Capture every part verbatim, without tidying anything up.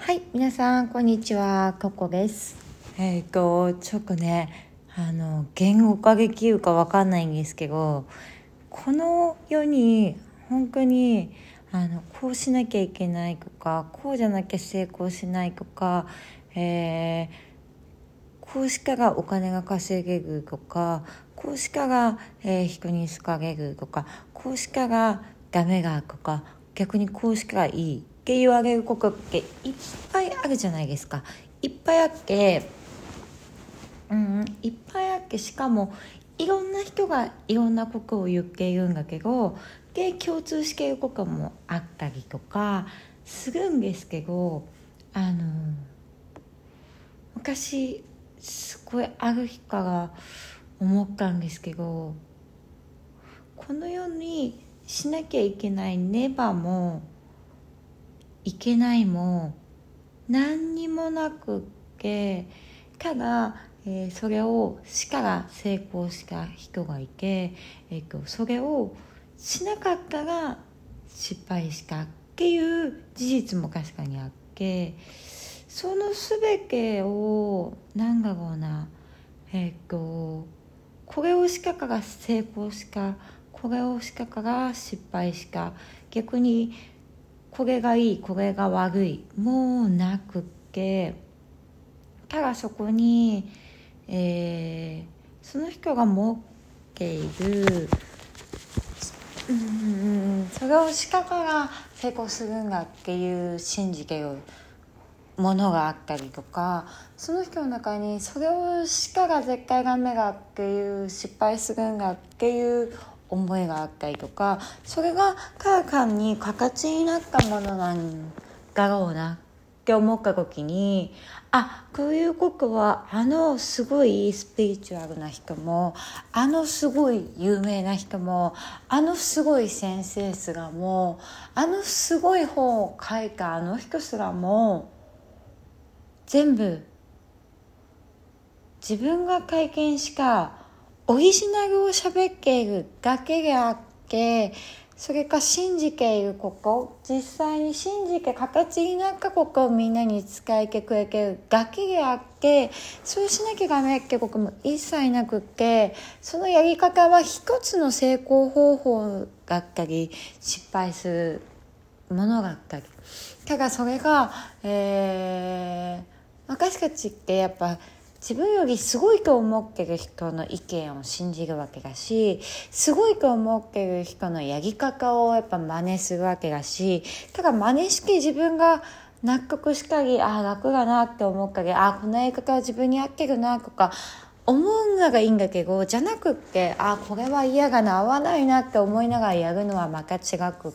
はい、皆さんこんにちは、ココです。えっ、とちょっとね、あの言語化できるかわかんないんですけど、この世に本当にあのこうしなきゃいけないとか、こうじゃなきゃ成功しないとか、えー、こうしかがお金が稼げるとか、こうしかが、えー、人に好かれるとか、こうしかがダメだとか、逆にこうしかがいいって言われることっていっぱいあるじゃないですか。いっぱいあって、うん、いっぱいあって、しかもいろんな人がいろんなことを言っているんだけど、で共通していることもあったりとかするんですけど、あの昔すごいある日から思ったんですけど、この世にしなきゃいけないねばもいけないも何にもなくって、ただ、えー、それをしから成功した人がいて、えー、とそれをしなかったら失敗したっていう事実も確かにあって、その全てをなんだろうな、えっ、とこれをしたから成功した、これをしたから失敗した、逆にこれがいいこれが悪いもうなくって、ただそこに、えー、その人が持っている、うん、それをしたから成功するんだっていう信じてるものがあったりとか、その人の中にそれをしたら絶対ダメだっていう失敗するんだっていう思いがあったりとか、それがただ単に形になったものなんだろうなって思った時に、あ、こういうことはあのすごいスピリチュアルな人も、あのすごい有名な人も、あのすごい先生すらも、あのすごい本を書いたあの人すらも全部自分が体験したオリジナルを喋っているだけであって、それか信じていること、実際に信じて形になったことをみんなに伝えてくれているだけであって、そうしなきゃダメってことも一切なくって、そのやり方は一つの成功方法だったり失敗するものだったり、ただそれが、えー私たちってやっぱ自分よりすごいと思ってる人の意見を信じるわけだし、すごいと思ってる人のやり方をやっぱ真似するわけだし、ただ真似して自分が納得したり、ああ楽だなって思ったり、ああこのやり方は自分に合ってるなとか思うのがいいんだけど、じゃなくって、ああこれは嫌がな合わないなって思いながらやるのはまた違くって、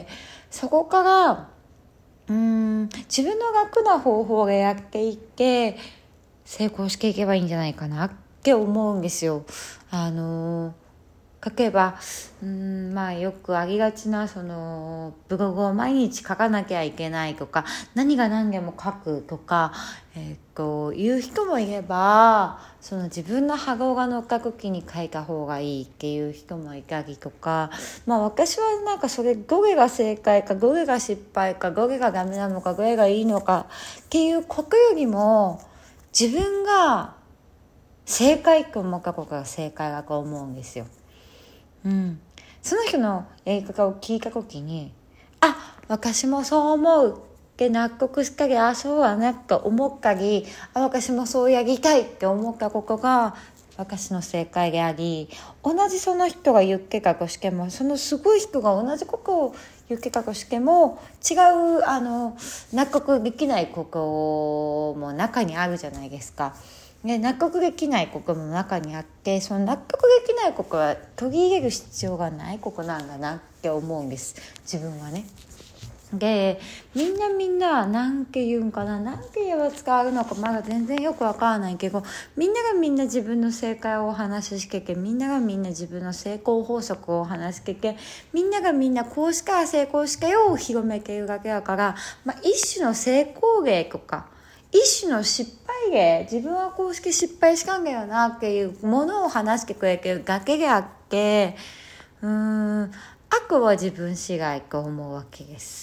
そこからうーん自分の楽な方法でやっていって成功していけばいいんじゃないかなって思うんですよ。あの例えばうーんまあよくありがちなそのブログを毎日書かなきゃいけないとか、何が何でも書くとか、えー、っと言う人もいれば、その自分の波動が乗った時に書いた方がいいっていう人もいたりとか、まあ私はなんかそれどれが正解かどれが失敗かどれがダメなのかどれがいいのかっていうことよりも、自分が正解と思ったことが正解だと思うんですよ。うん、その人のやり方を聞いた時に、あ、私もそう思うって納得したり、あ、そうだねと思ったり、あ、私もそうやりたいって思ったことが私の正解であり、同じその人が言ってたとしても、そのすごい人が同じことを言ってたとしても、違うあの納得できないことも中にあるじゃないですか。で納得できないことも中にあって、その納得できないことは取り入れる必要がないことなんだなって思うんです、自分はね。でみんなみんな何て言うんかな、何て言えば使うのかまだ全然よくわからないけど、みんながみんな自分の正解をお話ししてて、みんながみんな自分の成功法則をお話ししてて、みんながみんなこうしから成功したよを広めているだけだから、まあ、一種の成功例とか一種の失敗例、自分はこうして失敗したんだよなっていうものを話してくれてるだけであって、うーん悪は自分次第と思うわけです。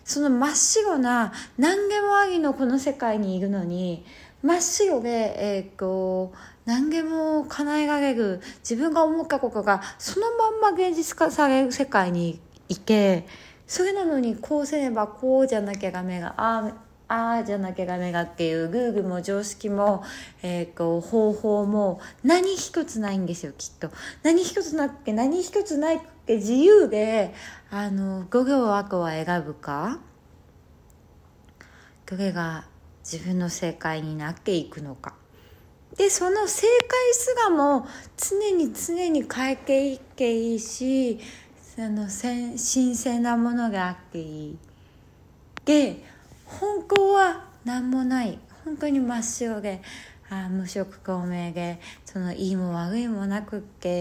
その真っ白な何げもありのこの世界にいるのに、真っ白で、えー、と何げも叶えられる自分が思ったことがそのまんま現実化される世界にいて、それなのにこうすればこうじゃなきゃダメが、あああじゃなきゃダメがっていうルールも常識も、えー、と方法も何一つないんですよ。きっと何一つなくて、何一つないって自由で、あの五行悪は選ぶか、どれが自分の正解になっていくのか。でその正解すらも常に常に変えていっていいし、あの新鮮なものがあっていい。で本当は何もない、本当に真っ白で、あ無色透明で、そのいいも悪いもなくって、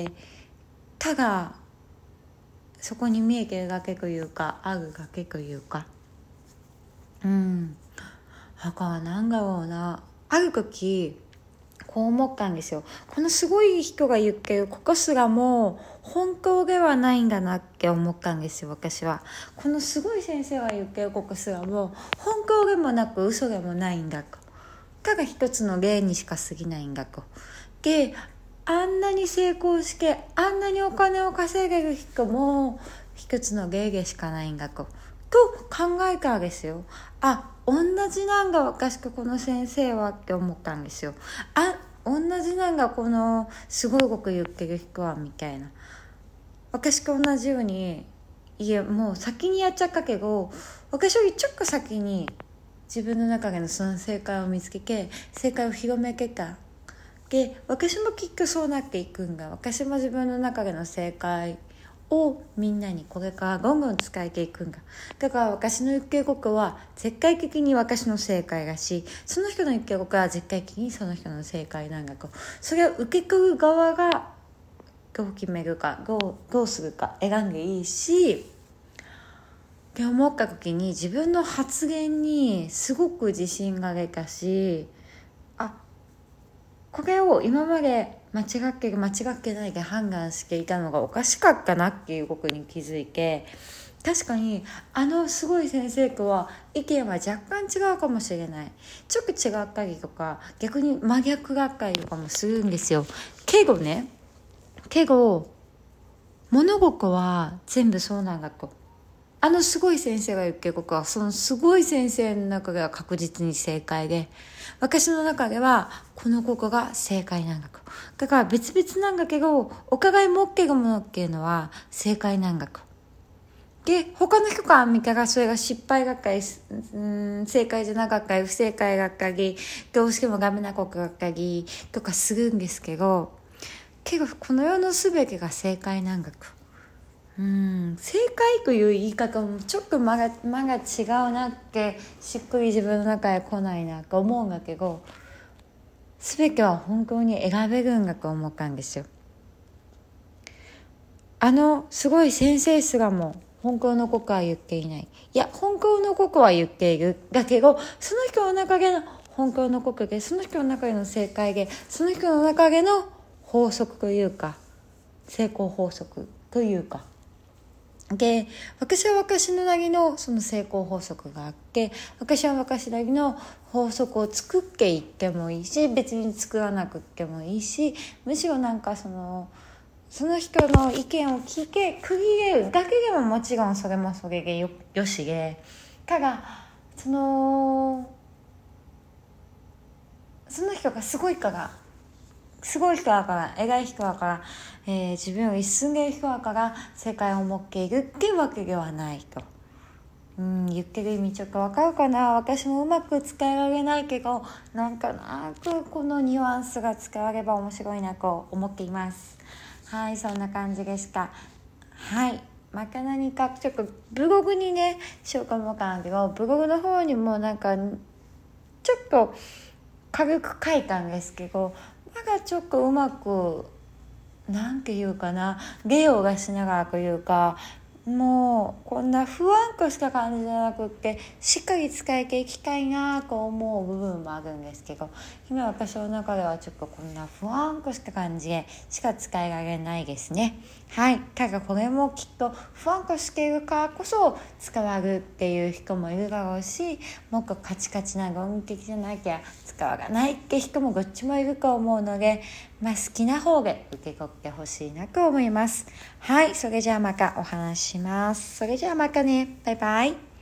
ただそこに見えてるだけというか、あるだけというか、うんだからなんだろうな、ある時こう思ったんですよ。このすごい人が言ってるここすらも本当ではないんだなって思ったんですよ。私はこのすごい先生が言ってるここすらも本当でもなく嘘でもないんだと、ただ一つの例にしか過ぎないんだと。であんなに成功してあんなにお金を稼げる人も一つの例でしかないんだとと考えたんですよ。あ、同じなんだ私とこの先生はって思ったんですよ。あ、同じなんだこのすごいこと言ってる人はみたいな。私と同じように、いやもう先にやっちゃったけど、私よりちょっと先に自分の中でのその正解を見つけて正解を広めてた。で私もきっとそうなっていくんだ。私も自分の中での正解をみんなにこれからどんどん伝えていくんだ。だから私の言ってることは絶対的に私の正解だし、その人の言ってることは絶対的にその人の正解なんだと。それを受け取る側がどう決めるか、どう、どうするか選んでいいしって思った時に、自分の発言にすごく自信が出たし、あ、これを今まで間違ってる間違ってないで判断していたのがおかしかったなっていうことに気づいて、確かにあのすごい先生とは意見は若干違うかもしれない、ちょっと違ったりとか逆に真逆があったりとかもするんですよ。けどねけど物事は全部そうなんだと。あのすごい先生が言ってることはそのすごい先生の中では確実に正解で、私の中ではこのことが正解なんだと。だから別々なんだけどお互い持ってるものっていうのは正解なんだと。で他の人から見たらそれが失敗がっかり、うん、正解じゃなかったり不正解がっかり、どうしてもダメなことがっかりとかするんですけど、けどこの世の全てが正解なんだと。うん正解という言い方もちょっと間が、間が違うなってしっくり自分の中で来ないなと思うんだけど、全ては本当に選べるんだと思ったんですよ。あのすごい先生すらも本当のことは言っていない、いや本当のことは言っているだけど、その人の中での本当のことで、その人の中での正解で、その人の中での法則というか成功法則というかで、私は私のなりのその成功法則があって、私は私なりの法則を作っていってもいいし、別に作らなくってもいいし、むしろなんかそのその人の意見を聞いて区切れるだけでももちろんそれもそれで よ, よしで、ただそのその人がすごいからすごい人だから偉い人だから、えー、自分より進んでいる人だから世界を持っているっていうわけではないと。うん言ってる意味ちょっとわかるかな。私もうまく伝えられないけど、なんかなくこのニュアンスが伝われば面白いなと思っています。はい、そんな感じでした。はい、また何かちょっとブログにねしようかもわかんないけど、ブログの方にもなんかちょっと軽く書いたんですけど、まだちょっとうまくなんていうかな、芸を出しながらというかもうこんな不安とした感じじゃなくってしっかり使いていきたいなと思う部分もあるんですけど、今私の中ではちょっとこんな不安とした感じでしか使いられないですね。はい。ただこれもきっと不安としているからこそ使われるっていう人もいるだろうし、もっとカチカチな論理的じゃなきゃ使わないって人もどっちもいると思うので、まあ好きな方で受け取ってほしいなと思います。はい。それじゃあまたお話しします。それじゃあまたね。バイバイ。